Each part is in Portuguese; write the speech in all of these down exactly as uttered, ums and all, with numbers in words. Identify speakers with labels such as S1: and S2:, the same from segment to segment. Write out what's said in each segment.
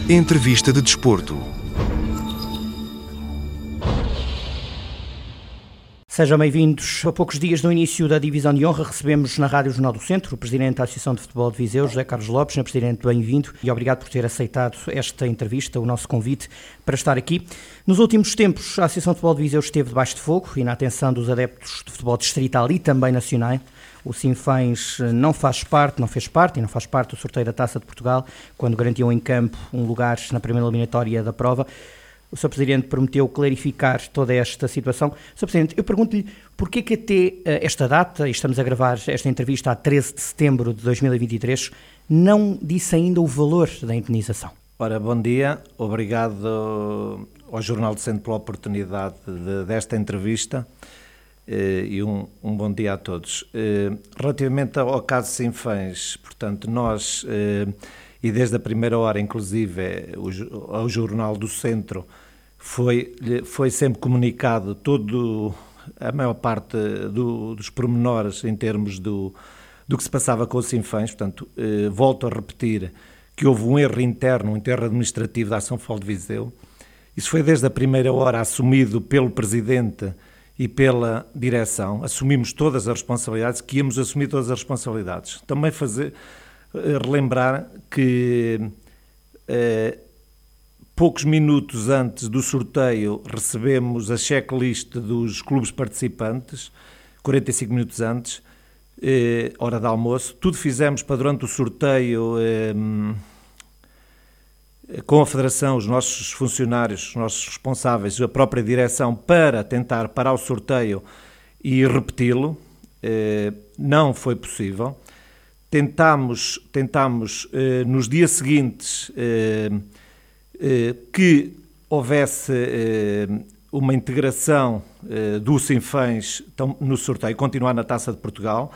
S1: Entrevista de desporto.
S2: Sejam bem-vindos. A poucos dias do início da Divisão de Honra, recebemos na Rádio Jornal do Centro o Presidente da Associação de Futebol de Viseu, José Carlos Lopes. Senhor Presidente, bem-vindo e obrigado por ter aceitado esta entrevista, o nosso convite para estar aqui. Nos últimos tempos, a Associação de Futebol de Viseu esteve debaixo de fogo e na atenção dos adeptos de futebol distrital e também nacional. O Sinfãs não faz parte, não fez parte e não faz parte do sorteio da Taça de Portugal, quando garantiu em campo um lugar na primeira eliminatória da prova. O senhor Presidente prometeu clarificar toda esta situação. senhor Presidente, eu pergunto-lhe porquê que até esta data, e estamos a gravar esta entrevista a treze de setembro de dois mil e vinte e três, não disse ainda o valor da indemnização.
S3: Ora, bom dia, obrigado ao Jornal do Centro pela oportunidade de, desta entrevista e um, um bom dia a todos. Relativamente ao caso Sinfãs, portanto, nós... E desde a primeira hora, inclusive, ao Jornal do Centro, foi, foi sempre comunicado todo, a maior parte do, dos pormenores em termos do, do que se passava com o Sinfãs. Portanto, eh, volto a repetir que houve um erro interno, um erro administrativo da Associação de Futebol de Viseu. Isso foi desde a primeira hora assumido pelo Presidente e pela direção. Assumimos todas as responsabilidades, que íamos assumir todas as responsabilidades. Também fazer... relembrar que eh, poucos minutos antes do sorteio recebemos a checklist dos clubes participantes, quarenta e cinco minutos antes, eh, hora de almoço. Tudo fizemos para durante o sorteio eh, com a Federação, os nossos funcionários, os nossos responsáveis, a própria direção, para tentar parar o sorteio e repeti-lo. Eh, não foi possível. Tentámos, tentámos eh, nos dias seguintes eh, eh, que houvesse eh, uma integração eh, do Sinfãs no sorteio, continuar na Taça de Portugal,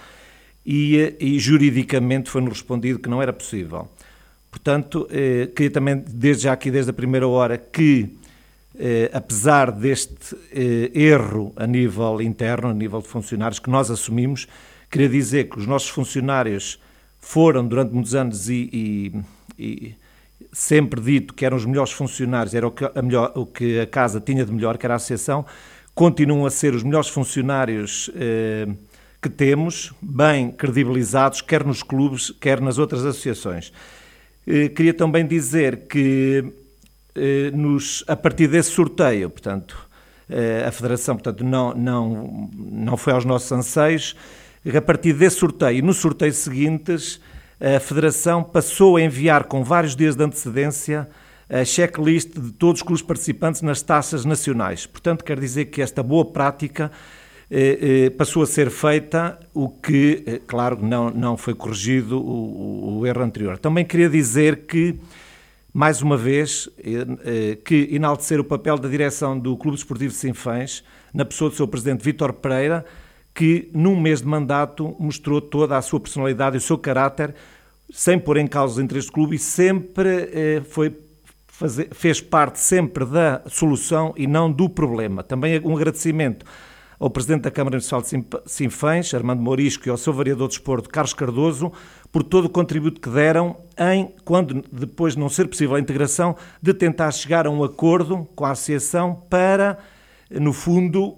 S3: e, e juridicamente foi-nos respondido que não era possível. Portanto, eh, queria também, desde já aqui, desde a primeira hora, que eh, apesar deste eh, erro a nível interno, a nível de funcionários, que nós assumimos, queria dizer que os nossos funcionários foram, durante muitos anos, e, e, e sempre dito que eram os melhores funcionários, era o que, a melhor, o que a Casa tinha de melhor, que era a Associação, continuam a ser os melhores funcionários eh, que temos, bem credibilizados, quer nos clubes, quer nas outras associações. Eh, queria também dizer que, eh, nos, a partir desse sorteio, portanto, eh, a Federação portanto, não, não, não foi aos nossos anseios. A partir desse sorteio, nos sorteios seguintes, a Federação passou a enviar com vários dias de antecedência a checklist de todos os clubes participantes nas taças nacionais. Portanto, quer dizer que esta boa prática eh, eh, passou a ser feita, o que, eh, claro, não, não foi corrigido o, o erro anterior. Também queria dizer que, mais uma vez, eh, eh, que enaltecer o papel da direção do Clube Desportivo de Sinfãs, na pessoa do seu Presidente Vítor Pereira, que num mês de mandato mostrou toda a sua personalidade e o seu caráter, sem pôr em causa os interesses do clube, e sempre eh, foi fazer, fez parte sempre da solução e não do problema. Também um agradecimento ao Presidente da Câmara Municipal de Sinfãs, Armando Mourisco, e ao seu Vereador de Desporto, Carlos Cardoso, por todo o contributo que deram em, quando depois não ser possível a integração, de tentar chegar a um acordo com a Associação para, no fundo,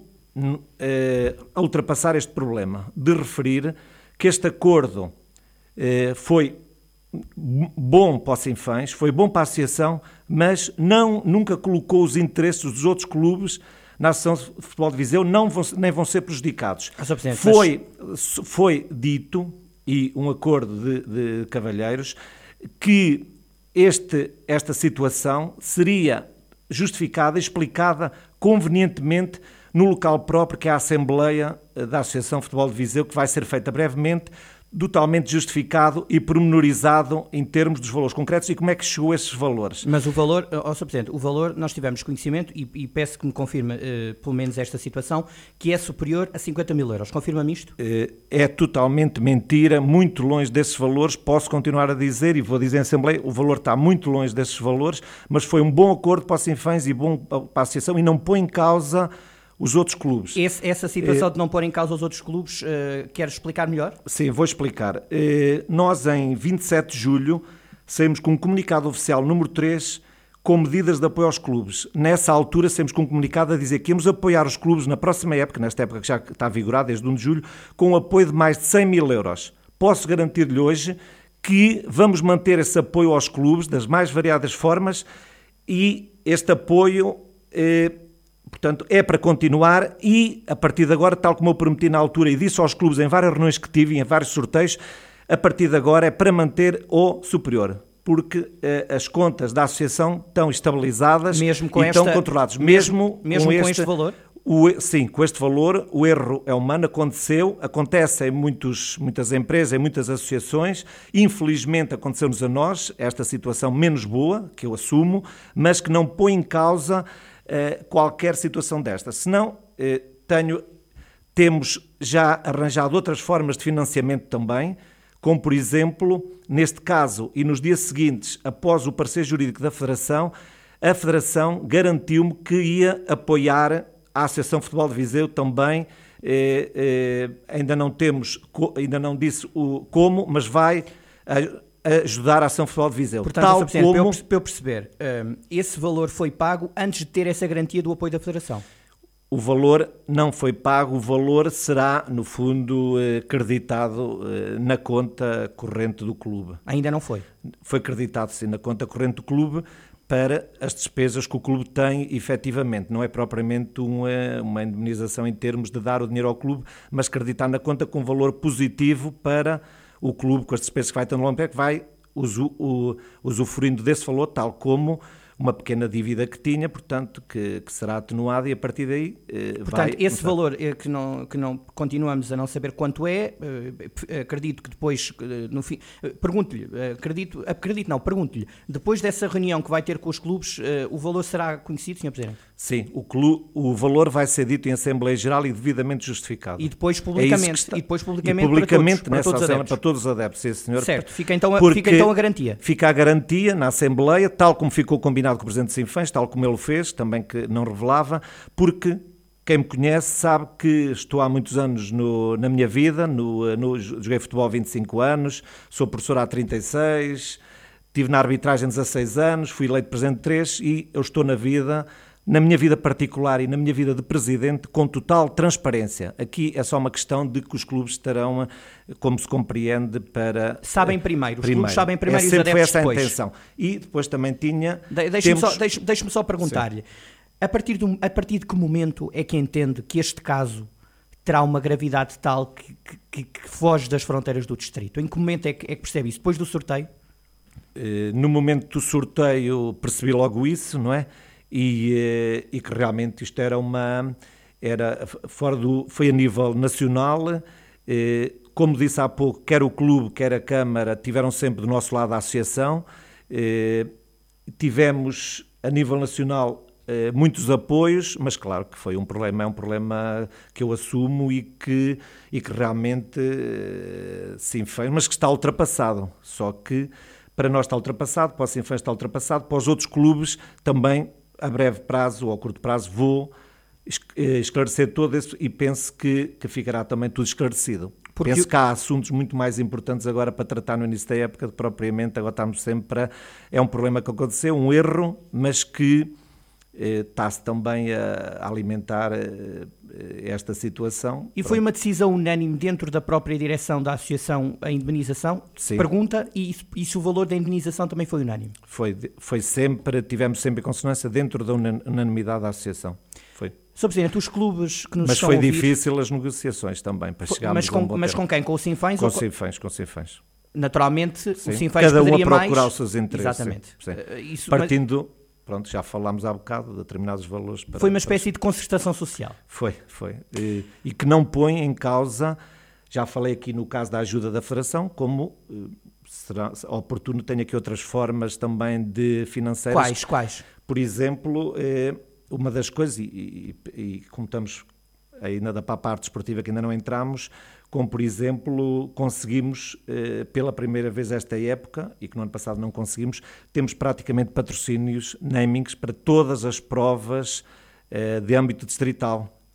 S3: a ultrapassar este problema, de referir que este acordo eh, foi bom para o Sinfãs, foi bom para a Associação, mas não, nunca colocou os interesses dos outros clubes na Associação de Futebol de Viseu, não vão, nem vão ser prejudicados. Foi, foi dito, e um acordo de, de cavalheiros, que este, esta situação seria justificada, explicada convenientemente no local próprio, que é a Assembleia da Associação de Futebol de Viseu, que vai ser feita brevemente, totalmente justificado e pormenorizado em termos dos valores concretos e como é que chegou a esses valores.
S2: Mas o valor, ó senhor Presidente, o valor, nós tivemos conhecimento e, e peço que me confirme eh, pelo menos esta situação, que é superior a cinquenta mil euros. Confirma-me isto?
S3: É, é totalmente mentira, muito longe desses valores. Posso continuar a dizer, e vou dizer em Assembleia, o valor está muito longe desses valores, mas foi um bom acordo para os Sinfãs e bom para a Associação e não põe em causa os outros clubes.
S2: Esse, essa situação é, de não pôr em causa os outros clubes, uh, quer explicar melhor?
S3: Sim, vou explicar. Uh, nós, em vinte e sete de julho, saímos com um comunicado oficial número três, com medidas de apoio aos clubes. Nessa altura, saímos com um comunicado a dizer que íamos apoiar os clubes na próxima época, nesta época que já está vigorada, desde um de julho, com um apoio de mais de cem mil euros. Posso garantir-lhe hoje que vamos manter esse apoio aos clubes das mais variadas formas e este apoio, eh, portanto, é para continuar e, a partir de agora, tal como eu prometi na altura e disse aos clubes em várias reuniões que tive e em vários sorteios, a partir de agora é para manter o superior. Porque eh, as contas da associação estão estabilizadas
S2: mesmo com
S3: e
S2: esta,
S3: estão controladas. Mesmo,
S2: mesmo
S3: com,
S2: com
S3: este,
S2: este valor?
S3: O, sim, com este valor, o erro é humano, aconteceu, acontece em muitos, muitas empresas, em muitas associações, infelizmente aconteceu-nos a nós, esta situação menos boa, que eu assumo, mas que não põe em causa eh, qualquer situação desta. Senão, eh, tenho, temos já arranjado outras formas de financiamento também, como, por exemplo, neste caso e nos dias seguintes, após o parecer jurídico da Federação, a Federação garantiu-me que ia apoiar a Associação de Futebol de Viseu também, eh, eh, ainda não temos, ainda não disse o como, mas vai ajudar a Associação de Futebol de Viseu.
S2: Portanto,
S3: Tal
S2: como... para, eu, para eu perceber, um, esse valor foi pago antes de ter essa garantia do apoio da Federação?
S3: O valor não foi pago, o valor será, no fundo, creditado na conta corrente do clube.
S2: Ainda não foi?
S3: Foi creditado, sim, na conta corrente do clube para as despesas que o clube tem, efetivamente. Não é propriamente uma, uma indemnização em termos de dar o dinheiro ao clube, mas creditar na conta com valor positivo para o clube, com as despesas que vai ter no longo, que vai usu, o, usufruindo desse valor, tal como uma pequena dívida que tinha, portanto, que, que será atenuada e a partir daí eh,
S2: portanto,
S3: vai...
S2: Portanto, esse valor eh, que, não, que não continuamos a não saber quanto é, eh, acredito que depois, eh, no fim... Eh, pergunto-lhe, eh, acredito, acredito não, pergunto-lhe, depois dessa reunião que vai ter com os clubes, eh, o valor será conhecido, senhor Presidente?
S3: Sim, o, clube, o valor vai ser dito em Assembleia Geral e devidamente justificado.
S2: E depois publicamente,
S3: é está...
S2: e depois publicamente,
S3: e publicamente
S2: para todos,
S3: nessa
S2: para todos os adeptos.
S3: Para todos os adeptos, sim, senhor.
S2: Certo, fica então, a, fica então a garantia.
S3: Fica a garantia na Assembleia, tal como ficou combinado com o Presidente de Sinfãs, tal como ele fez, também que não revelava, porque quem me conhece sabe que estou há muitos anos no, na minha vida, no, no, joguei futebol há vinte e cinco anos, sou professor há trinta e seis, estive na arbitragem dezasseis anos, fui eleito Presidente de três e eu estou na vida... na minha vida particular e na minha vida de Presidente, com total transparência. Aqui é só uma questão de que os clubes estarão, como se compreende, para...
S2: Sabem primeiro, os
S3: primeiro.
S2: clubes sabem primeiro
S3: é
S2: e os adeptos
S3: essa
S2: depois.
S3: A intenção. E depois também tinha...
S2: De, Deixe-me
S3: temos...
S2: só, deixe, deixe só perguntar-lhe, a partir, de, a partir de que momento é que entende que este caso terá uma gravidade tal que, que, que foge das fronteiras do distrito? Em que momento é que, é que percebe isso? Depois do sorteio?
S3: No momento do sorteio percebi logo isso, não é? E, e que realmente isto era uma era fora do, foi a nível nacional, como disse há pouco, quer o clube, quer a Câmara tiveram sempre do nosso lado a associação, tivemos a nível nacional muitos apoios, mas claro que foi um problema, é um problema que eu assumo e que, e que realmente sim foi, mas que está ultrapassado, só que para nós está ultrapassado, para o Sinfãs está ultrapassado, para os outros clubes também a breve prazo ou a curto prazo vou esclarecer todo isso e penso que, que ficará também tudo esclarecido. Porque penso que há assuntos muito mais importantes agora para tratar no início da época, de propriamente agora estamos sempre para... É um problema que aconteceu, um erro, mas que eh, está-se também a, a alimentar eh, esta situação.
S2: E foi uma decisão unânime dentro da própria direção da associação a indemnização?
S3: Sim. Pergunta,
S2: e, e se o valor da indemnização também foi unânime?
S3: Foi, foi sempre, tivemos sempre em consonância dentro da unanimidade da associação. Foi.
S2: senhor Presidente, os clubes que nos
S3: mas
S2: estão
S3: foi
S2: a ouvir...
S3: difícil as negociações também, para chegarmos
S2: mas com,
S3: a um bom
S2: Mas
S3: termo.
S2: com quem? Com o Sinfãs?
S3: Com
S2: ou
S3: o Sinfãs, com o Sinfãs.
S2: Naturalmente,
S3: Sim.
S2: o Sinfãs
S3: cada um a
S2: poderia
S3: procurar
S2: mais...
S3: os seus interesses.
S2: Exatamente.
S3: Sim.
S2: Uh, isso,
S3: Partindo... Mas... Pronto, já falámos há bocado de determinados valores. Para,
S2: foi uma espécie de concertação social.
S3: Foi, foi. E, e que não põe em causa, já falei aqui no caso da ajuda da Federação, como será oportuno, tenho aqui outras formas também de financeiras.
S2: Quais, quais?
S3: Por exemplo, uma das coisas, e, e, e como estamos ainda para a parte desportiva que ainda não entramos, como por exemplo conseguimos eh, pela primeira vez esta época, e que no ano passado não conseguimos, temos praticamente patrocínios, namings para todas as provas eh, de âmbito distrital,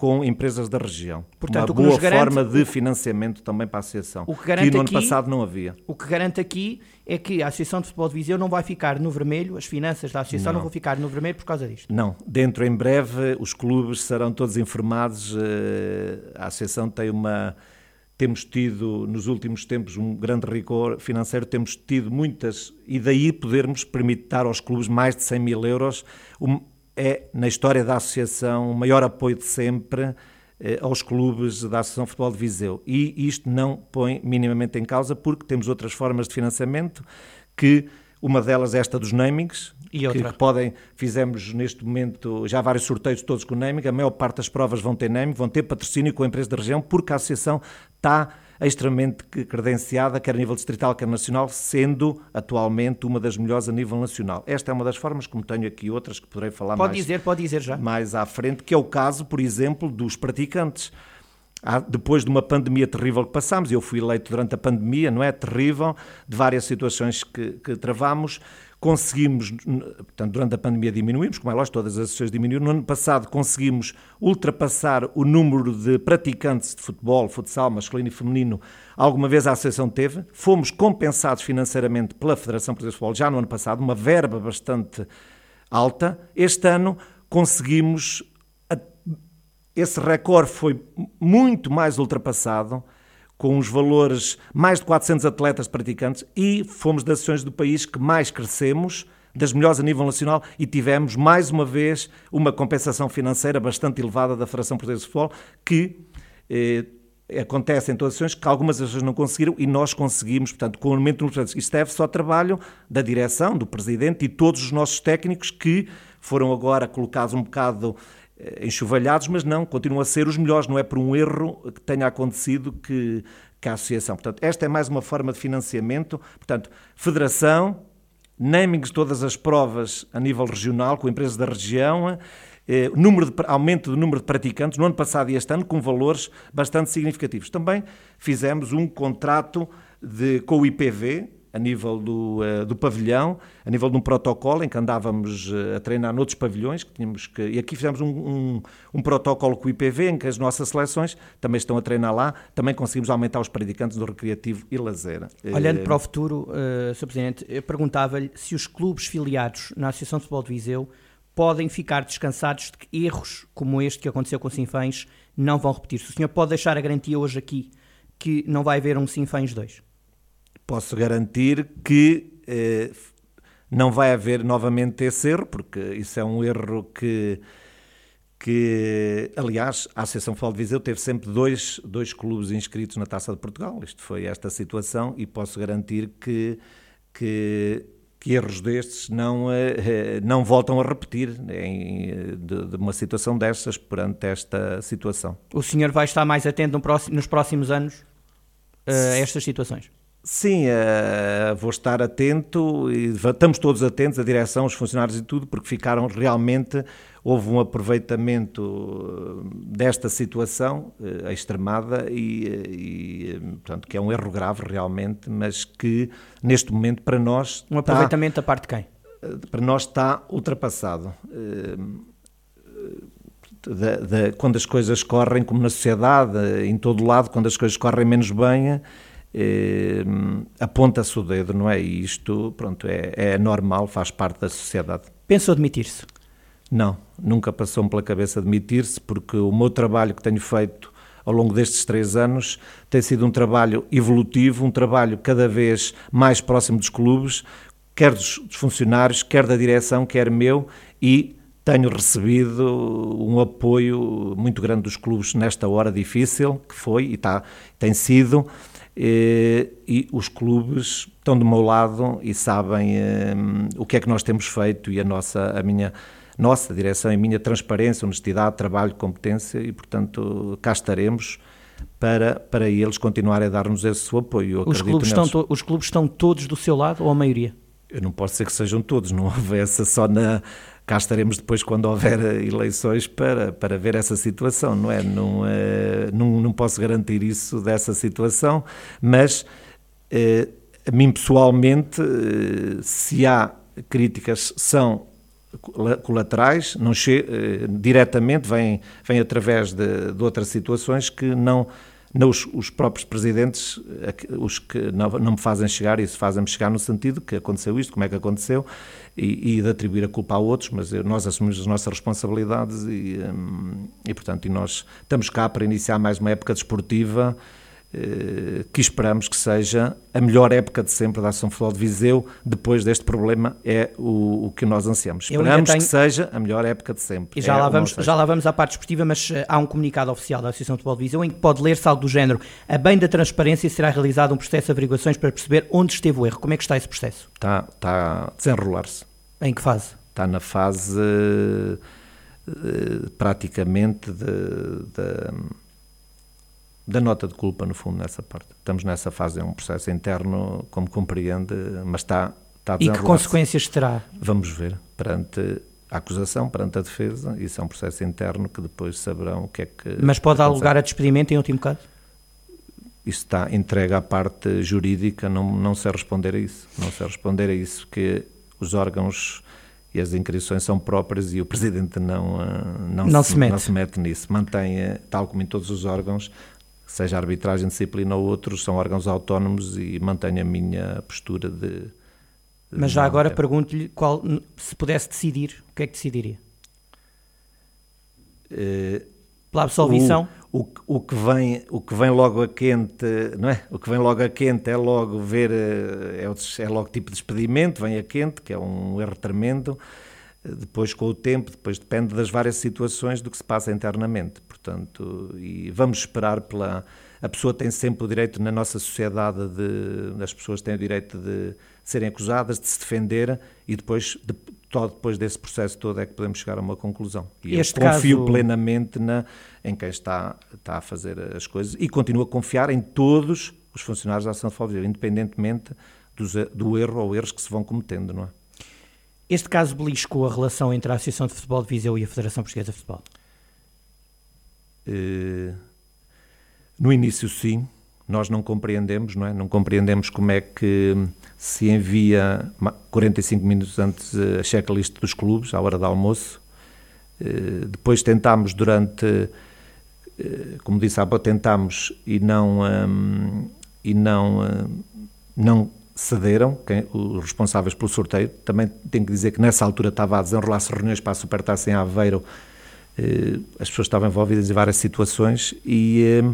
S3: com empresas da região.
S2: Portanto,
S3: uma
S2: o que
S3: boa
S2: nos garante,
S3: forma de financiamento também para a Associação,
S2: o que,
S3: que no ano
S2: aqui,
S3: passado não havia.
S2: O que garante aqui é que a Associação de Futebol de Viseu não vai ficar no vermelho, as finanças da Associação não, não vão ficar no vermelho por causa disto.
S3: Não, dentro em breve os clubes serão todos informados, a Associação tem uma... Temos tido, nos últimos tempos, um grande rigor financeiro, temos tido muitas, e daí podermos permitir dar aos clubes mais de cem mil euros, um, é, na história da Associação, o maior apoio de sempre eh, aos clubes da Associação de Futebol de Viseu. E isto não põe minimamente em causa, porque temos outras formas de financiamento, que uma delas é esta dos namings,
S2: e outra?
S3: Que, que podem, fizemos neste momento já vários sorteios todos com naming, a maior parte das provas vão ter naming, vão ter patrocínio com a empresa da região, porque a Associação está extremamente credenciada, quer a nível distrital, quer nacional, sendo atualmente uma das melhores a nível nacional. Esta é uma das formas, como tenho aqui outras que poderei falar
S2: pode
S3: mais,
S2: dizer, pode dizer já.
S3: mais à frente, que é o caso, por exemplo, dos praticantes. Há, depois de uma pandemia terrível que passámos, eu fui eleito durante a pandemia, não é? Terrível, de várias situações que, que travámos, conseguimos, portanto, durante a pandemia diminuímos, como é lógico, todas as associações diminuíram. No ano passado conseguimos ultrapassar o número de praticantes de futebol, futsal, masculino e feminino, alguma vez a associação teve. Fomos compensados financeiramente pela Federação Portuguesa de Futebol já no ano passado, uma verba bastante alta. Este ano conseguimos, esse recorde foi muito mais ultrapassado, com os valores, mais de quatrocentos atletas praticantes, e fomos das associações do país que mais crescemos, das melhores a nível nacional, e tivemos, mais uma vez, uma compensação financeira bastante elevada da Federação Portuguesa de Futebol, que eh, acontece em todas as associações, que algumas associações não conseguiram, e nós conseguimos, portanto, com o aumento do número. Isto deve-se ao trabalho da direção, do presidente e todos os nossos técnicos, que foram agora colocados um bocado enxovalhados, mas não, continuam a ser os melhores, não é por um erro que tenha acontecido que, que a associação. Portanto, esta é mais uma forma de financiamento, portanto, federação, namings de todas as provas a nível regional, com empresas da região, eh, número de, aumento do número de praticantes, no ano passado e este ano, com valores bastante significativos. Também fizemos um contrato de, com o I P V, a nível do, uh, do pavilhão, a nível de um protocolo em que andávamos uh, a treinar noutros pavilhões, que tínhamos que, e aqui fizemos um, um, um protocolo com o I P V, em que as nossas seleções também estão a treinar lá, também conseguimos aumentar os praticantes do recreativo e lazer.
S2: Olhando uh, para o futuro, uh, senhor Presidente, eu perguntava-lhe se os clubes filiados na Associação de Futebol de Viseu podem ficar descansados de que erros como este que aconteceu com o Sinfãs não vão repetir-se. O senhor pode deixar a garantia hoje aqui que não vai haver um Sinfãs dois?
S3: Posso garantir que eh, não vai haver novamente esse erro, porque isso é um erro que, que aliás, a Associação de Futebol de Viseu teve sempre dois, dois clubes inscritos na Taça de Portugal. Isto foi esta situação e posso garantir que, que, que erros destes não, eh, não voltam a repetir em, de, de uma situação destas perante esta situação.
S2: O senhor vai estar mais atento no próximo, nos próximos anos a estas situações?
S3: Sim, uh, vou estar atento, e estamos todos atentos, a direção, os funcionários e tudo, porque ficaram realmente, houve um aproveitamento desta situação uh, extremada e, e, portanto, que é um erro grave realmente, mas que neste momento para nós...
S2: Um aproveitamento está, da parte de quem?
S3: Uh, para nós está ultrapassado. Uh, de, de, quando as coisas correm, como na sociedade, em todo lado, quando as coisas correm menos bem... Eh, aponta-se o dedo, não é? E isto, pronto, é, é normal, faz parte da sociedade.
S2: Pensou demitir-se?
S3: Não, nunca passou-me pela cabeça demitir-se, porque o meu trabalho que tenho feito ao longo destes três anos tem sido um trabalho evolutivo, um trabalho cada vez mais próximo dos clubes, quer dos, dos funcionários, quer da direção, quer meu, e tenho recebido um apoio muito grande dos clubes nesta hora difícil, que foi e está, tem sido... E, e os clubes estão do meu lado e sabem um, o que é que nós temos feito e a nossa, a minha, nossa direção e a minha transparência, honestidade, trabalho, competência e, portanto, cá estaremos para, para eles continuarem a dar-nos esse apoio. Eu
S2: os, clubes estão to- os clubes estão todos do seu lado ou a maioria? Eu
S3: não posso dizer que sejam todos, não houvesse só na... Cá estaremos depois quando houver eleições para, para ver essa situação, não é? Não, não, não posso garantir isso dessa situação, mas a mim pessoalmente, se há críticas, são colaterais, não che- diretamente, vêm, vêm através de, de outras situações que não, não os, os próprios presidentes, os que não, não me fazem chegar, isso fazem-me chegar no sentido que aconteceu isto, como é que aconteceu, e, e de atribuir a culpa a outros, mas nós assumimos as nossas responsabilidades e, e, portanto, e nós estamos cá para iniciar mais uma época desportiva que esperamos que seja a melhor época de sempre da Associação de Futebol de Viseu. Depois deste problema é o, o que nós ansiamos. Esperamos tenho... que seja a melhor época de sempre.
S2: E já,
S3: é
S2: lá vamos, já lá vamos à parte desportiva, mas uh, há um comunicado oficial da Associação de Futebol de Viseu em que pode ler-se algo do género: a bem da transparência será realizado um processo de averiguações para perceber onde esteve o erro. Como é que está esse processo?
S3: Está, está a desenrolar-se.
S2: Em que fase?
S3: Está na fase uh, uh, praticamente de... de da nota de culpa, no fundo, nessa parte. Estamos nessa fase, é um processo interno, como compreende, mas está, está a
S2: desenrolar-se. E que consequências terá?
S3: Vamos ver, perante a acusação, perante a defesa, isso é um processo interno que depois saberão o que é que...
S2: Mas pode dar lugar a despedimento em último caso?
S3: Isso está entregue à parte jurídica, não, não sei responder a isso, não sei responder a isso, porque os órgãos e as inquirições são próprias e o Presidente não, não,
S2: não,
S3: se,
S2: se, mete.
S3: não se mete nisso, mantém, tal como em todos os órgãos, seja a arbitragem, disciplina ou outros, são órgãos autónomos e mantenho a minha postura de... de
S2: Mas já agora pergunto-lhe, qual, se pudesse decidir, o que é que decidiria?
S3: Uh,
S2: Pela absolvição?
S3: O, o, o, que vem, o que vem logo a quente, não é? O que vem logo a quente é logo ver, é, o, é logo tipo de despedimento, vem a quente, que é um erro tremendo. Depois, com o tempo, depois depende das várias situações do que se passa internamente, portanto, e vamos esperar pela... A pessoa tem sempre o direito, na nossa sociedade, de, as pessoas têm o direito de serem acusadas, de se defender, e depois, de, só depois desse processo todo é que podemos chegar a uma conclusão. E este eu confio caso... plenamente na, em quem está, está a fazer as coisas, e continuo a confiar em todos os funcionários da Associação de Futebol de Viseu, independentemente dos, do erro ou erros que se vão cometendo, não é?
S2: Este caso beliscou a relação entre a Associação de Futebol de Viseu e a Federação Portuguesa de Futebol?
S3: Uh, no início, sim. Nós não compreendemos, não é? Não compreendemos como é que se envia quarenta e cinco minutos antes a checklist dos clubes, à hora do almoço. Uh, depois tentámos durante, uh, como disse há pouco, tentámos e não, um, e não, uh, não cederam, quem, os responsáveis pelo sorteio. Também tenho que dizer que nessa altura estava a desenrolar-se reuniões para a Supertaça em Aveiro, eh, as pessoas estavam envolvidas em várias situações e, eh,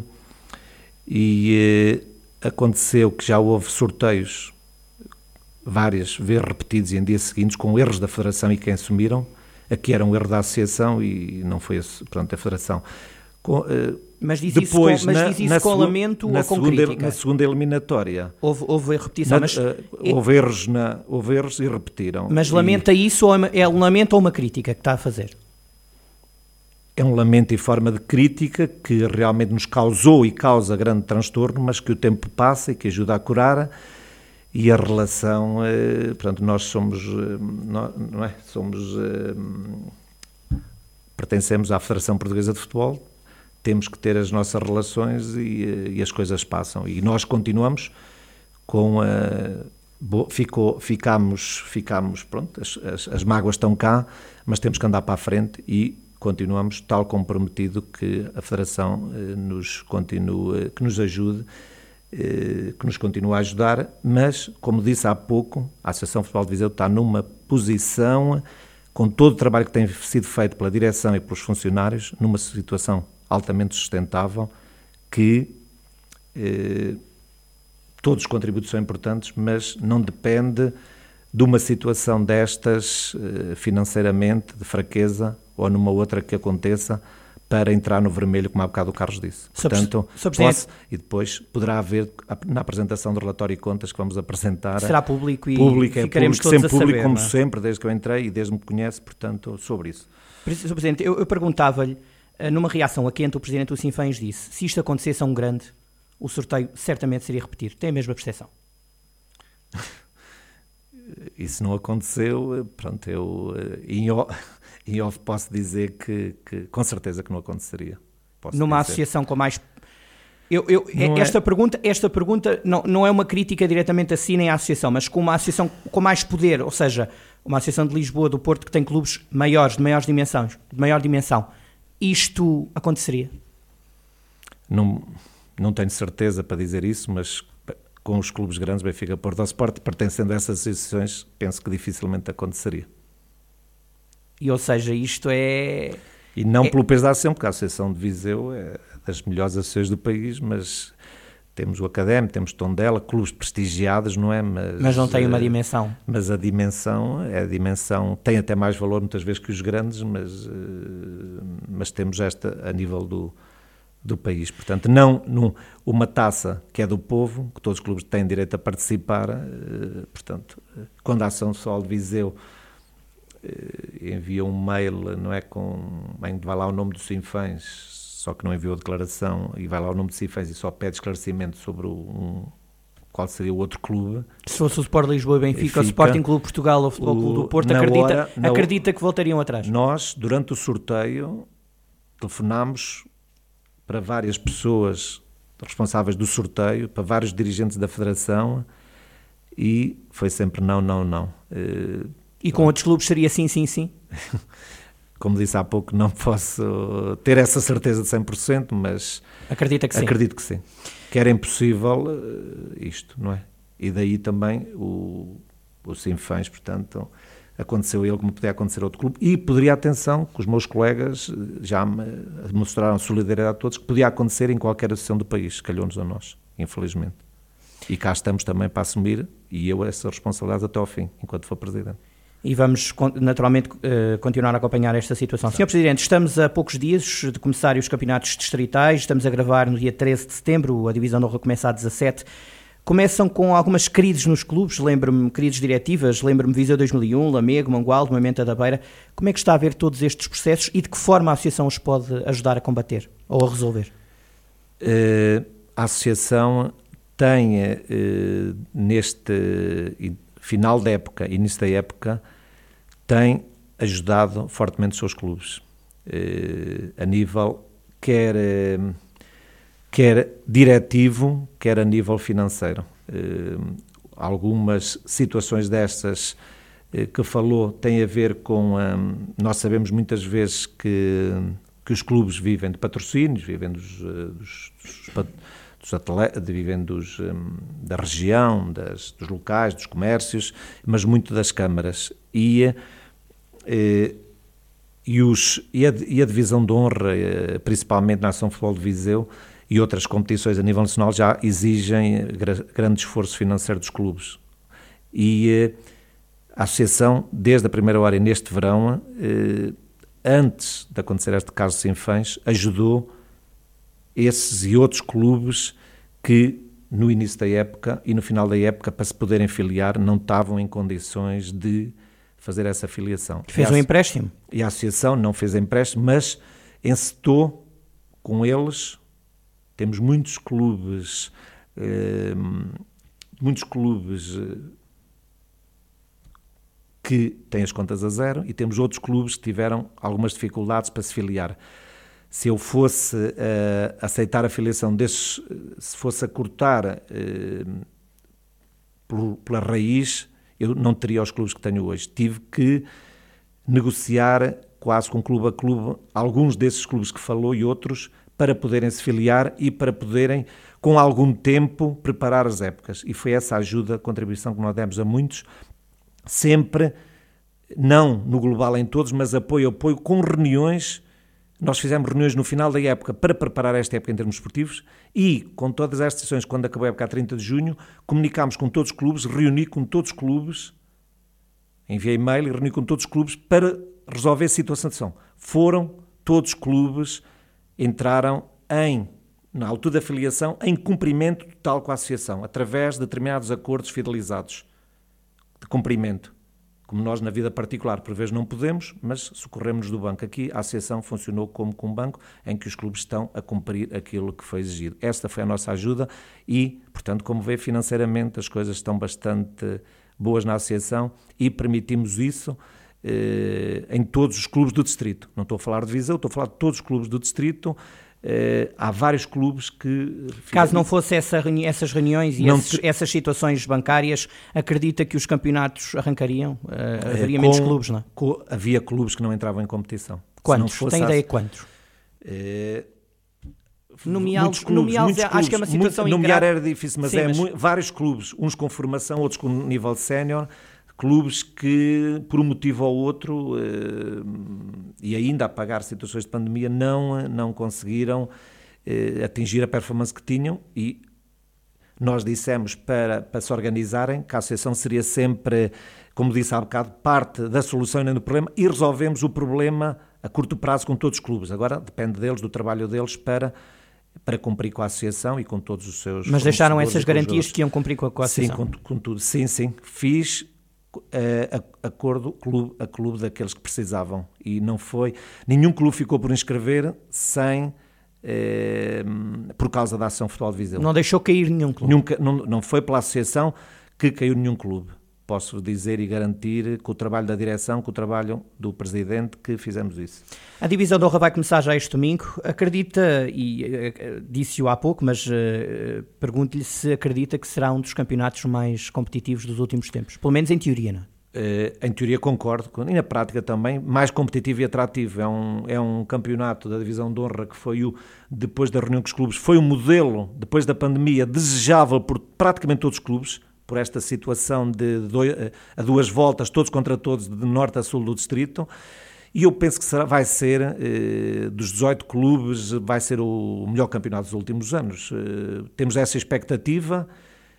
S3: e eh, aconteceu que já houve sorteios várias vezes repetidos e em dias seguintes com erros da Federação e quem assumiram. Aqui era um erro da Associação e não foi, pronto, a Federação. Com, eh,
S2: Mas diz
S3: Depois,
S2: isso com, mas
S3: na,
S2: diz isso
S3: na
S2: com
S3: segu-
S2: lamento
S3: na
S2: ou com
S3: segunda,
S2: crítica?
S3: Na segunda eliminatória.
S2: Houve, houve repetição,
S3: Na,
S2: mas...
S3: uh, houve, erros na, houve erros e repetiram.
S2: Mas
S3: e
S2: lamenta isso ou é, é um lamento ou uma crítica que está a fazer?
S3: É um lamento em forma de crítica que realmente nos causou e causa grande transtorno, mas que o tempo passa e que ajuda a curar. E a relação, uh, portanto, nós somos, uh, não, não é? Somos, uh, pertencemos à Federação Portuguesa de Futebol. Temos que ter as nossas relações e, e as coisas passam. E nós continuamos com a... Bo, ficou, ficamos, ficamos, pronto, as, as, as mágoas estão cá, mas temos que andar para a frente e continuamos tal como prometido que a Federação eh, nos continue, que nos ajude, eh, que nos continue a ajudar, mas, como disse há pouco, a Associação de Futebol de Viseu está numa posição, com todo o trabalho que tem sido feito pela direção e pelos funcionários, numa situação altamente sustentável, que eh, todos os contributos são importantes, mas não depende de uma situação destas eh, financeiramente, de fraqueza, ou numa outra que aconteça, para entrar no vermelho, como há bocado o Carlos disse. Portanto, posso, e depois poderá haver, na apresentação do relatório e contas que vamos apresentar...
S2: Será público e
S3: público,
S2: ficaremos
S3: é público,
S2: todos
S3: sempre
S2: a saber,
S3: público, como
S2: não é?
S3: sempre, desde que eu entrei e desde que me conhece, portanto, sobre isso.
S2: senhor Presidente, eu, eu perguntava-lhe, numa reação a quente, o Presidente do Sinfãs disse: se isto acontecesse a um grande, o sorteio certamente seria repetir. Tem a mesma percepção?
S3: Isso não aconteceu, pronto, eu em off, em off posso dizer que, que com certeza que não aconteceria. Posso
S2: Numa
S3: dizer.
S2: associação com mais Eu, eu,
S3: Não
S2: esta
S3: é...
S2: pergunta, esta pergunta não, não é uma crítica diretamente a si nem à associação, mas com uma associação com mais poder, ou seja, uma associação de Lisboa, do Porto, que tem clubes maiores, de maiores dimensões, de maior dimensão. Isto aconteceria?
S3: Não, não tenho certeza para dizer isso, mas com os clubes grandes, Benfica, Porto ou Sport, pertencendo a essas associações, penso que dificilmente aconteceria.
S2: E ou seja, isto é...
S3: E não
S2: é...
S3: pelo peso da associação, porque a Associação de Viseu é das melhores associações do país, mas temos o Académico, temos Tondela, clubes prestigiados, não é? Mas,
S2: mas não tem uma dimensão.
S3: Mas a dimensão, é a dimensão, tem até mais valor muitas vezes que os grandes, mas, mas temos esta a nível do, do país. Portanto, não, não uma taça que é do povo, que todos os clubes têm direito a participar, portanto, quando a Ação Social de Viseu envia um mail, não é, com, em que vai lá o nome dos Sinfãs, só que não enviou a declaração, e vai lá o nome dos Sinfãs e só pede esclarecimento sobre o, um, qual seria o outro clube. Se
S2: fosse o Sport Lisboa e Benfica, o Sporting Clube Portugal ou o Futebol Clube do Porto, acredita, hora, acredita que voltariam atrás?
S3: Nós, durante o sorteio, telefonámos para várias pessoas responsáveis do sorteio, para vários dirigentes da Federação, e foi sempre não, não, não. Uh,
S2: E com outros clubes seria sim, sim, sim?
S3: Como disse há pouco, não posso ter essa certeza de cem por cento, mas
S2: acredita que sim.
S3: Acredito que sim. Que era impossível isto, não é? E daí também o, o Sinfãs, portanto, aconteceu ele como podia acontecer a outro clube. E poderia, atenção, que os meus colegas já me mostraram solidariedade a todos, que podia acontecer em qualquer associação do país, calhou-nos a nós, infelizmente. E cá estamos também para assumir, e eu essa responsabilidade até ao fim, enquanto for Presidente.
S2: E vamos, naturalmente, continuar a acompanhar esta situação. senhor Presidente, estamos a poucos dias de começar os campeonatos distritais, estamos a gravar no dia treze de setembro, a Divisão de Honra começa a dezassete. Começam com algumas crises nos clubes, lembro-me, crises diretivas, lembro-me Viseu dois mil e um, Lamego, Mangualde, Moimenta da Beira. Como é que está a ver todos estes processos e de que forma a Associação os pode ajudar a combater ou a resolver?
S3: Uh, a Associação tem, uh, neste final da época, início da época, tem ajudado fortemente os seus clubes, eh, a nível quer, eh, quer diretivo, quer a nível financeiro. Eh, algumas situações destas eh, que falou têm a ver com, um, nós sabemos muitas vezes que, que os clubes vivem de patrocínios, vivem dos, dos, dos dos atletas, vivem dos, um, da região, das, dos locais, dos comércios, mas muito das câmaras. E, eh, e, os, e, a, e a divisão de honra, eh, principalmente na Ação Futebol de Viseu, e outras competições a nível nacional já exigem gra, grande esforço financeiro dos clubes. E eh, a Associação, desde a primeira hora e neste verão, eh, antes de acontecer este caso de Sinfãs, ajudou esses e outros clubes que no início da época e no final da época, para se poderem filiar, não estavam em condições de fazer essa filiação.
S2: Fez um empréstimo.
S3: E a Associação não fez empréstimo, mas encetou com eles. Temos muitos clubes, eh, muitos clubes eh, que têm as contas a zero e temos outros clubes que tiveram algumas dificuldades para se filiar. Se eu fosse uh, aceitar a filiação desses, se fosse a cortar uh, por, pela raiz, eu não teria os clubes que tenho hoje. Tive que negociar quase com clube a clube, alguns desses clubes que falou e outros, para poderem se filiar e para poderem, com algum tempo, preparar as épocas. E foi essa a ajuda, a contribuição que nós demos a muitos, sempre, não no global em todos, mas apoio, apoio, com reuniões. Nós fizemos reuniões no final da época para preparar esta época em termos esportivos e, com todas estas sessões, quando acabou a época a trinta de junho, comunicámos com todos os clubes, reuni com todos os clubes, enviei e-mail e reuni com todos os clubes para resolver a situação. Foram todos os clubes, entraram em, na altura da filiação, em cumprimento total com a associação, através de determinados acordos fidelizados de cumprimento. Como nós na vida particular, por vezes não podemos, mas socorremos do banco. Aqui a associação funcionou como com um banco, em que os clubes estão a cumprir aquilo que foi exigido. Esta foi a nossa ajuda e, portanto, como vê, financeiramente as coisas estão bastante boas na associação e permitimos isso eh, em todos os clubes do distrito. Não estou a falar de Viseu, estou a falar de todos os clubes do distrito, Uh, há vários clubes que...
S2: Caso não fosse essa reuni- essas reuniões e esses, essas situações bancárias, acredita que os campeonatos arrancariam? Uh, haveria uh, menos clubes, não é?
S3: Com, havia clubes que não entravam em competição.
S2: Quantos? Tem ideia de quantos?
S3: Uh,
S2: Nomeá-los,
S3: muitos clubes,
S2: nomeá-los
S3: muitos
S2: é,
S3: clubes,
S2: acho que é uma situação
S3: muito, nomear
S2: ingrata.
S3: era difícil, mas
S2: Sim,
S3: é
S2: mas...
S3: Muito, vários clubes, uns com formação, outros com nível de sénior, clubes que, por um motivo ou outro, uh, e ainda a pagar situações de pandemia, não, não conseguiram uh, atingir a performance que tinham, e nós dissemos para, para se organizarem que a associação seria sempre, como disse há bocado, parte da solução e não do problema, e resolvemos o problema a curto prazo com todos os clubes. Agora depende deles, do trabalho deles para, para cumprir com a associação e com todos os seus...
S2: Mas deixaram essas garantias que iam cumprir com a, com a associação?
S3: Sim, com, com tudo. Sim, sim. Fiz uh, acordo clube, a clube daqueles que precisavam, e não foi... Nenhum clube ficou por inscrever sem... Eh, por causa da Associação Futebol de Viseu.
S2: Não deixou cair nenhum clube?
S3: Nunca, não, não foi pela associação que caiu nenhum clube. Posso dizer e garantir, com o trabalho da direção, com o trabalho do presidente, que fizemos isso.
S2: A divisão de honra vai começar já este domingo. Acredita, e uh, disse-o há pouco, mas uh, pergunto-lhe se acredita que será um dos campeonatos mais competitivos dos últimos tempos. Pelo menos em teoria, não é?
S3: Uh, em teoria concordo, e na prática também, mais competitivo e atrativo. É um, é um campeonato da divisão de honra que foi o, depois da reunião com os clubes, foi um modelo, depois da pandemia, desejável por praticamente todos os clubes, por esta situação de dois, a duas voltas, todos contra todos, de norte a sul do distrito, e eu penso que será, vai ser, eh, dos dezoito clubes, vai ser o melhor campeonato dos últimos anos. Eh, temos essa expectativa,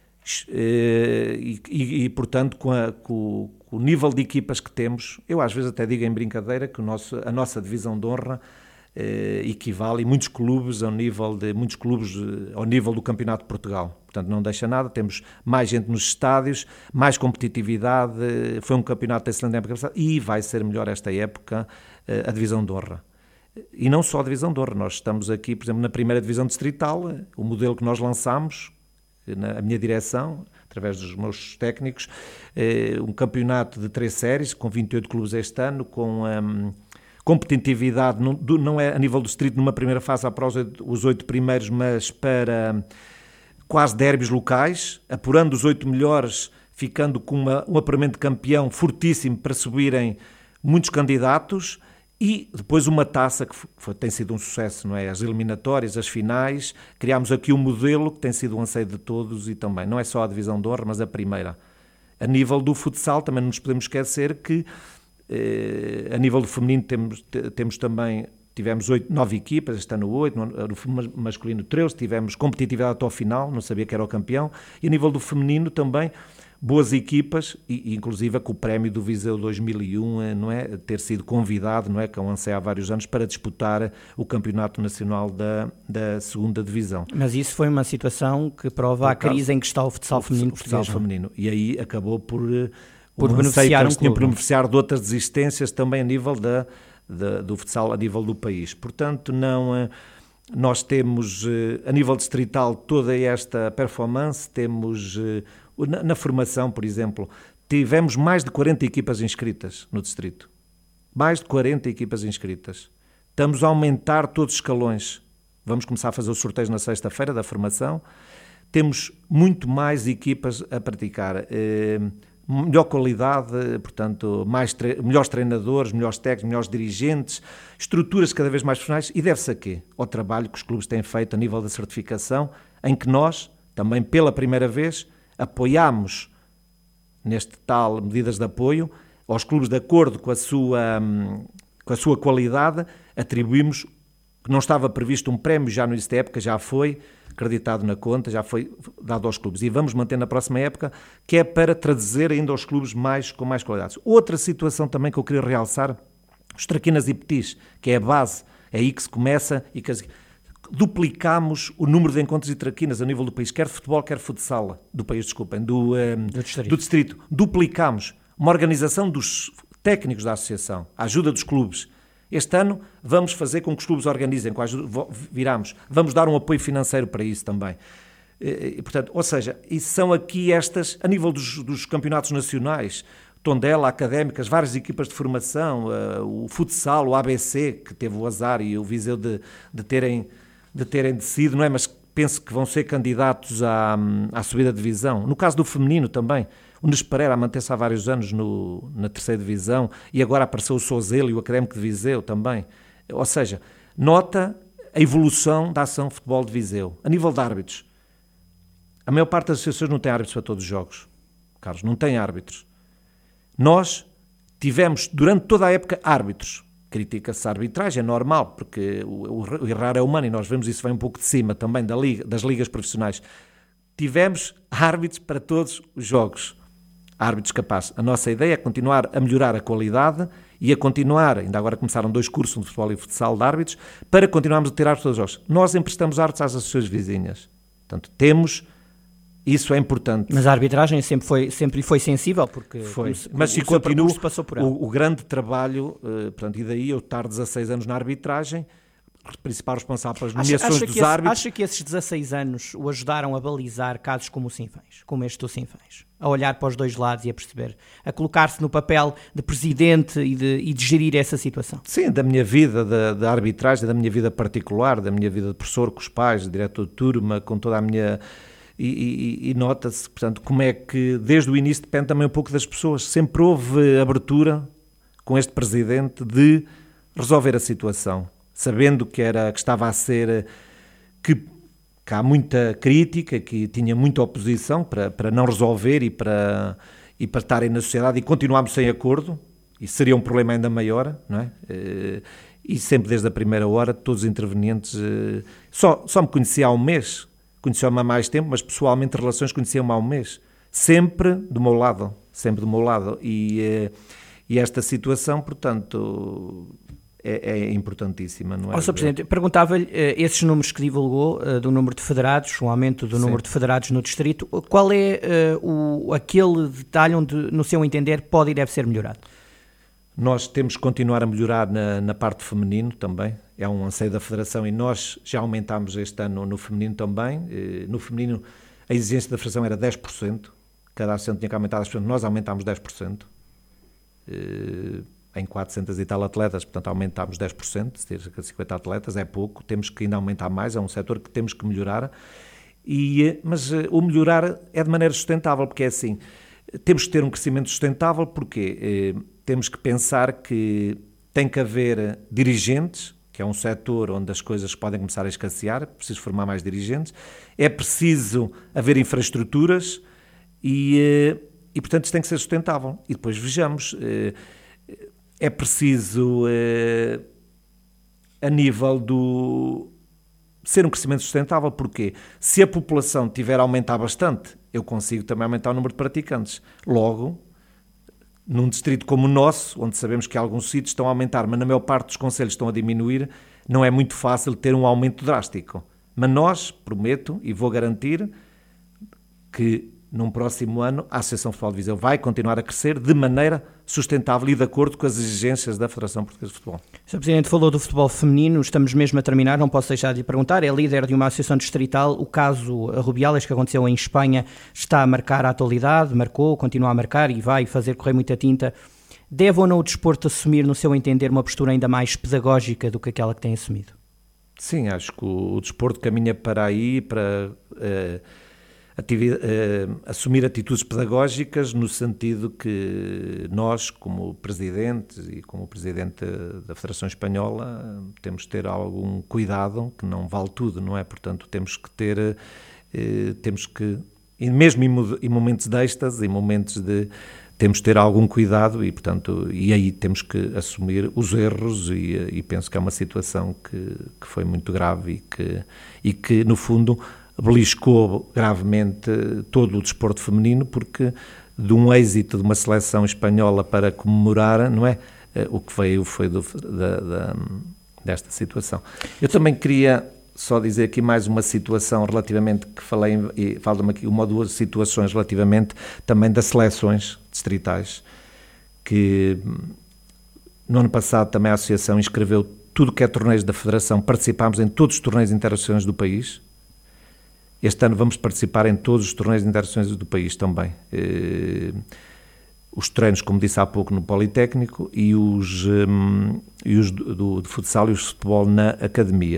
S3: eh, e, e, e, portanto, com, a, com, com o nível de equipas que temos, eu às vezes até digo em brincadeira que o nosso, a nossa divisão de honra eh, equivale, em muitos clubes, ao nível, de, muitos clubes ao nível do Campeonato de Portugal. Portanto, não deixa nada, temos mais gente nos estádios, mais competitividade, foi um campeonato excelente na época passada e vai ser melhor esta época a divisão de honra. E não só a divisão de honra, nós estamos aqui, por exemplo, na primeira divisão distrital, o modelo que nós lançámos, na minha direção, através dos meus técnicos, um campeonato de três séries, com vinte e oito clubes este ano, com... Um, competitividade, não, não é a nível do distrito, numa primeira fase, para os oito primeiros, mas para quase derbys locais, apurando os oito melhores, ficando com uma, um apuramento de campeão fortíssimo para subirem muitos candidatos, e depois uma taça que foi, tem sido um sucesso, não é? As eliminatórias, as finais, criámos aqui um modelo que tem sido um anseio de todos, e também, não é só a divisão de honra, mas a primeira. A nível do futsal, também não nos podemos esquecer que a nível do feminino temos, temos também, tivemos oito, nove equipas, este ano oito, no masculino treze, tivemos competitividade até ao final, não sabia que era o campeão, e a nível do feminino também boas equipas, e inclusive com o prémio do Viseu dois mil e um, não é, ter sido convidado, não é, que é um anseio há vários anos, para disputar o campeonato nacional da, da segunda divisão.
S2: Mas isso foi uma situação que prova por a crise caso, em que está o futsal feminino.
S3: O futsal feminino, e aí acabou por...
S2: por beneficiar um clube.
S3: Por beneficiar de outras desistências também a nível da, da, do futsal, a nível do país. Portanto, não, nós temos, a nível distrital, toda esta performance, temos, na, na formação, por exemplo, tivemos mais de quarenta equipas inscritas no distrito. Mais de quarenta equipas inscritas. Estamos a aumentar todos os escalões. Vamos começar a fazer os sorteios na sexta-feira da formação. Temos muito mais equipas a praticar. Melhor qualidade, portanto, mais tre- melhores treinadores, melhores técnicos, melhores dirigentes, estruturas cada vez mais profissionais, e deve-se a quê? Ao trabalho que os clubes têm feito a nível da certificação, em que nós, também pela primeira vez, apoiámos, neste tal medidas de apoio, aos clubes de acordo com a sua, com a sua qualidade, atribuímos, que não estava previsto um prémio já no início da época, já foi acreditado na conta, já foi dado aos clubes, e vamos manter na próxima época, que é para traduzir ainda aos clubes mais, com mais qualidades. Outra situação também que eu queria realçar, os traquinas e petis, que é a base, é aí que se começa, e que duplicámos o número de encontros de traquinas a nível do país, quer de futebol, quer de futsal, do país, desculpem, do, um,
S2: do, distrito.
S3: do distrito. Duplicámos uma organização dos técnicos da associação, a ajuda dos clubes. Este ano vamos fazer com que os clubes organizem, com a ajuda, viramos, vamos dar um apoio financeiro para isso também. E, portanto, ou seja, e são aqui estas, a nível dos, dos campeonatos nacionais, Tondela, Académicas, várias equipas de formação, uh, o futsal, o A B C, que teve o azar, e o Viseu de, de terem de terem decidido, não é? Mas penso que vão ser candidatos à, à subida de divisão. No caso do feminino também, o Nunes Pereira a manter-se há vários anos no, na terceira divisão e agora apareceu o Sozelo e o Académico de Viseu também. Ou seja, nota a evolução da ação de futebol de Viseu. A nível de árbitros, a maior parte das associações não tem árbitros para todos os jogos. Carlos, não tem árbitros. Nós tivemos, durante toda a época, árbitros. Critica-se a arbitragem, é normal, porque o, o errar é humano e nós vemos isso vem um pouco de cima também da liga, das ligas profissionais. Tivemos árbitros para todos os jogos. Árbitros capazes. A nossa ideia é continuar a melhorar a qualidade e a continuar, ainda agora começaram dois cursos de futebol e futsal de árbitros, para continuarmos a ter árbitros todos os jogos. Nós emprestamos árbitros às associações vizinhas. Portanto, temos... Isso é importante.
S2: Mas a arbitragem sempre foi, sempre foi sensível, porque
S3: foi.
S2: Se,
S3: mas se
S2: continua passou por ela.
S3: O, o grande trabalho, uh, portanto, e daí eu estar dezasseis anos na arbitragem, principal responsável pelas nomeações
S2: acha, acha
S3: dos
S2: esse,
S3: árbitros...
S2: Acha que esses dezasseis anos o ajudaram a balizar casos como o Sinfãs, como este do Sinfãs? A olhar para os dois lados e a perceber, a colocar-se no papel de presidente e de, e de gerir essa situação?
S3: Sim, da minha vida da, da arbitragem, da minha vida particular, da minha vida de professor com os pais, de diretor de turma, com toda a minha... E, e, e nota-se, portanto, como é que desde o início depende também um pouco das pessoas. Sempre houve abertura com este presidente de resolver a situação, sabendo que, era, que estava a ser, que, que há muita crítica, que tinha muita oposição para, para não resolver e para, e para estarem na sociedade e continuarmos sem acordo, e seria um problema ainda maior, não é? E sempre desde a primeira hora, todos os intervenientes, só, só me conhecia há um mês, conheceu-me há mais tempo, mas pessoalmente relações conheciam-me há um mês. Sempre do meu lado, sempre do meu lado. E, e esta situação, portanto, é, é importantíssima, não é?
S2: Ó, senhor Presidente, perguntava-lhe, esses números que divulgou, do número de federados, o aumento do Sim. número de federados no distrito, qual é uh, o, aquele detalhe onde, no seu entender, pode e deve ser melhorado?
S3: Nós temos que continuar a melhorar na, na parte feminino também, é um anseio da Federação e nós já aumentámos este ano no feminino também. No feminino a exigência da Federação era dez por cento, cada associação tinha que aumentar dez por cento, nós aumentámos dez por cento, em quatrocentos e tal atletas, portanto aumentámos dez por cento, cerca de cinquenta atletas, é pouco, temos que ainda aumentar mais, é um setor que temos que melhorar, e, mas o melhorar é de maneira sustentável, porque é assim, temos que ter um crescimento sustentável, porque temos que pensar que tem que haver dirigentes, que é um setor onde as coisas podem começar a escassear, é preciso formar mais dirigentes, é preciso haver infraestruturas e, e portanto, isto tem que ser sustentável. E depois vejamos, é preciso, a nível do... ser um crescimento sustentável, porque se a população tiver a aumentar bastante, eu consigo também aumentar o número de praticantes. Logo, num distrito como o nosso, onde sabemos que alguns sítios estão a aumentar, mas na maior parte dos concelhos estão a diminuir, não é muito fácil ter um aumento drástico. Mas nós, prometo e vou garantir que num próximo ano a Associação de Futebol de Viseu vai continuar a crescer de maneira sustentável e de acordo com as exigências da Federação Portuguesa de Futebol.
S2: senhor Presidente, falou do futebol feminino, estamos mesmo a terminar, não posso deixar de lhe perguntar, é líder de uma associação distrital, o caso Rubiales que aconteceu em Espanha está a marcar a atualidade, marcou, continua a marcar e vai fazer correr muita tinta. Deve ou não o desporto assumir, no seu entender, uma postura ainda mais pedagógica do que aquela que tem assumido?
S3: Sim, acho que o, o desporto caminha para aí, para... Uh, Atividade, uh, assumir atitudes pedagógicas no sentido que nós, como presidentes e como presidente da Federação Espanhola, temos de ter algum cuidado, que não vale tudo, não é? Portanto, temos que ter, uh, temos que, e mesmo em, em momentos de êxtase, em momentos de, temos de ter algum cuidado e, portanto, e aí temos que assumir os erros e, e penso que é uma situação que, que foi muito grave e que, e que, no fundo, beliscou gravemente todo o desporto feminino, porque de um êxito de uma seleção espanhola para comemorar, não é? O que veio foi do, da, da, desta situação. Eu também queria só dizer aqui mais uma situação relativamente, que falei, e falo-me aqui uma ou duas situações relativamente também das seleções distritais, que no ano passado também a Associação inscreveu tudo que é torneios da Federação, participámos em todos os torneios internacionais do país. Este ano vamos participar em todos os torneios de interações do país também. Eh, os treinos, como disse há pouco, no Politécnico e os, um, e os do, do, de futsal e os de futebol na academia.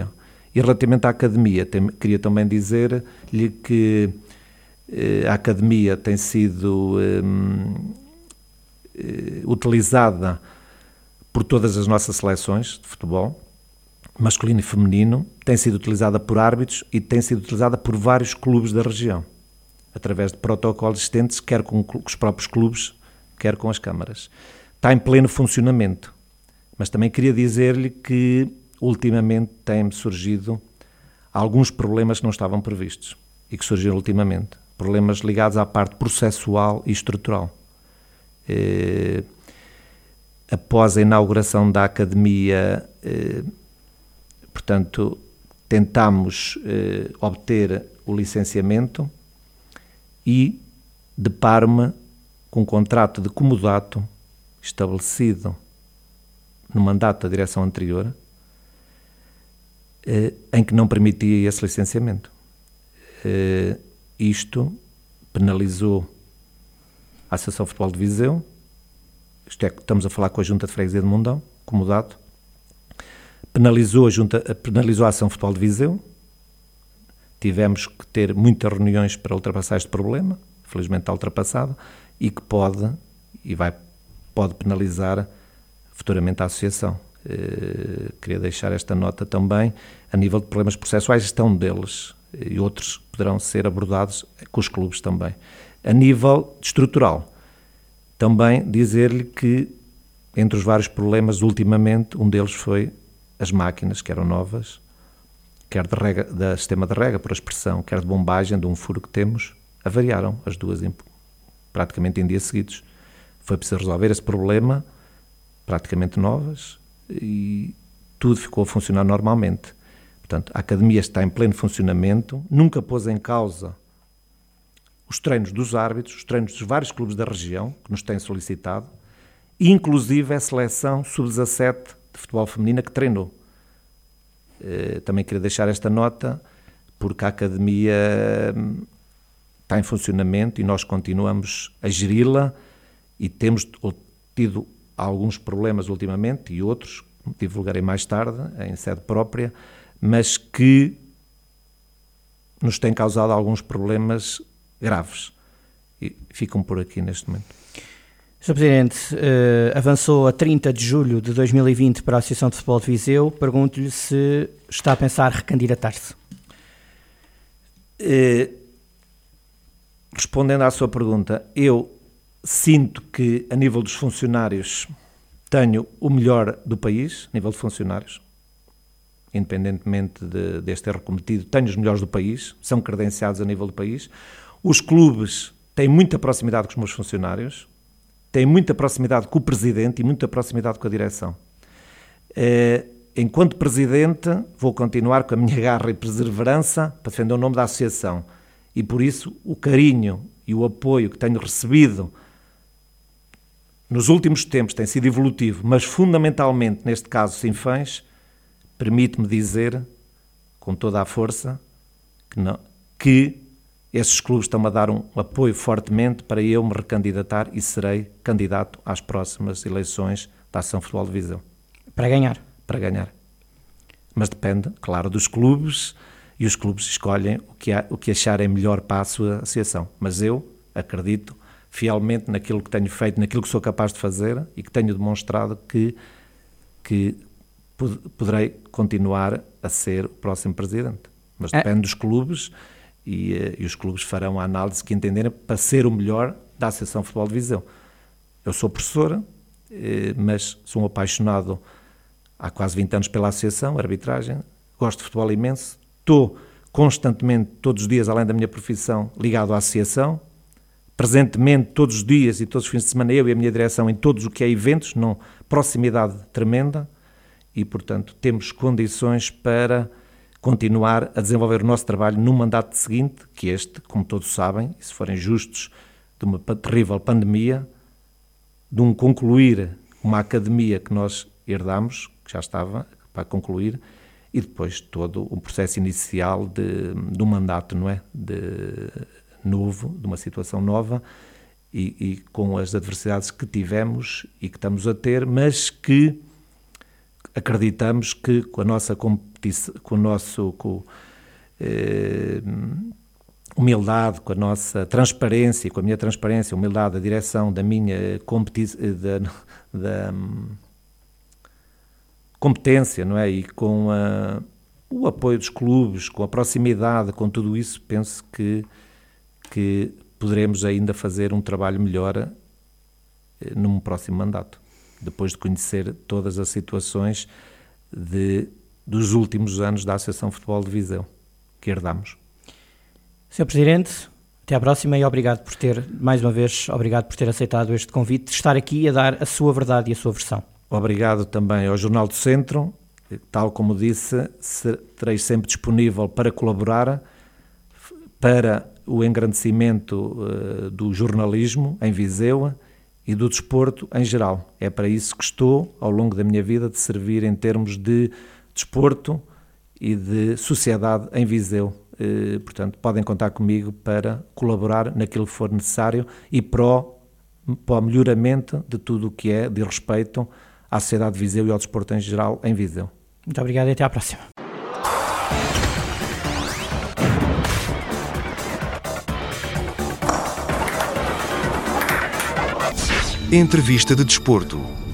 S3: E relativamente à academia, tem, queria também dizer-lhe que eh, a academia tem sido eh, eh, utilizada por todas as nossas seleções de futebol, masculino e feminino, tem sido utilizada por árbitros e tem sido utilizada por vários clubes da região, através de protocolos existentes, quer com os próprios clubes, quer com as câmaras. Está em pleno funcionamento, mas também queria dizer-lhe que ultimamente têm surgido alguns problemas que não estavam previstos e que surgiram ultimamente. Problemas ligados à parte processual e estrutural. Eh, após a inauguração da academia, eh, portanto, tentámos eh, obter o licenciamento e deparo-me com um contrato de comodato estabelecido no mandato da direção anterior, eh, em que não permitia esse licenciamento. Eh, isto penalizou a Associação de Futebol de Viseu, isto é, estamos a falar com a Junta de Freguesia de Mundão, comodato, penalizou a, junta, penalizou a Associação de Futebol de Viseu, tivemos que ter muitas reuniões para ultrapassar este problema, felizmente está ultrapassado, e que pode, e vai, pode penalizar futuramente a Associação. Uh, queria deixar esta nota também, a nível de problemas processuais, estão deles, e outros poderão ser abordados com os clubes também. A nível estrutural, também dizer-lhe que, entre os vários problemas, ultimamente, um deles foi as máquinas, que eram novas, quer de rega, da sistema de rega, por expressão, quer de bombagem, de um furo que temos, avariaram as duas em, praticamente em dias seguidos. Foi preciso resolver esse problema, praticamente novas, e tudo ficou a funcionar normalmente. Portanto, a academia está em pleno funcionamento, nunca pôs em causa os treinos dos árbitros, os treinos dos vários clubes da região, que nos têm solicitado, e inclusive a seleção sub dezassete de futebol feminina que treinou. Também queria deixar esta nota, porque a academia está em funcionamento e nós continuamos a geri-la e temos tido alguns problemas ultimamente e outros, divulgarei mais tarde, em sede própria, mas que nos têm causado alguns problemas graves e ficam por aqui neste momento.
S2: senhor Presidente, uh, avançou a trinta de julho de dois mil e vinte para a Associação de Futebol de Viseu. Pergunto-lhe se está a pensar recandidatar-se.
S3: Uh, respondendo à sua pergunta, eu sinto que a nível dos funcionários tenho o melhor do país, a nível de funcionários, independentemente de, deste ter recometido, tenho os melhores do país, são credenciados a nível do país. Os clubes têm muita proximidade com os meus funcionários, têm muita proximidade com o Presidente e muita proximidade com a direção. Enquanto Presidente, vou continuar com a minha garra e perseverança para defender o nome da Associação. E por isso, o carinho e o apoio que tenho recebido nos últimos tempos tem sido evolutivo, mas fundamentalmente, neste caso, Sinfãs, permite-me dizer, com toda a força, que, não, que esses clubes estão-me a dar um apoio fortemente para eu me recandidatar e serei candidato às próximas eleições da Associação de Futebol de Viseu.
S2: Para ganhar?
S3: Para ganhar. Mas depende, claro, dos clubes, e os clubes escolhem o que, há, o que acharem melhor para a sua associação. Mas eu acredito fielmente naquilo que tenho feito, naquilo que sou capaz de fazer e que tenho demonstrado que, que poderei continuar a ser o próximo Presidente. Mas depende é. dos clubes e, e os clubes farão a análise que entenderem para ser o melhor da Associação de Futebol de Viseu. Eu sou professora, mas sou um apaixonado há quase vinte anos pela Associação, arbitragem, gosto de futebol imenso, estou constantemente, todos os dias, além da minha profissão, ligado à Associação, presentemente, todos os dias e todos os fins de semana, eu e a minha direção em todos o que é eventos, não, proximidade tremenda, e, portanto, temos condições para continuar a desenvolver o nosso trabalho no mandato seguinte, que este, como todos sabem, e se forem justos, de uma terrível pandemia, de um concluir uma academia que nós herdamos, que já estava para concluir, e depois todo o processo inicial de, de um mandato, não é? De novo, de uma situação nova, e, e com as adversidades que tivemos e que estamos a ter, mas que acreditamos que com a nossa competição, com o nosso com, eh, humildade, com a nossa transparência, com a minha transparência, humildade, a direção da minha competi- da, da competência, não é? E com a, o apoio dos clubes, com a proximidade, com tudo isso, penso que, que poderemos ainda fazer um trabalho melhor eh, num próximo mandato, depois de conhecer todas as situações de, dos últimos anos da Associação de Futebol de Viseu, que herdamos.
S2: senhor Presidente, até à próxima e obrigado por ter, mais uma vez, obrigado por ter aceitado este convite, de estar aqui a dar a sua verdade e a sua versão.
S3: Obrigado também ao Jornal do Centro, tal como disse, terei sempre disponível para colaborar para o engrandecimento uh, do jornalismo em Viseu e do desporto em geral. É para isso que estou, ao longo da minha vida, de servir em termos de desporto e de sociedade em Viseu. Uh, portanto, podem contar comigo para colaborar naquilo que for necessário e para o, para o melhoramento de tudo o que é de respeito à sociedade de Viseu e ao desporto em geral em Viseu.
S2: Muito obrigado e até à próxima.
S1: Entrevista de desporto.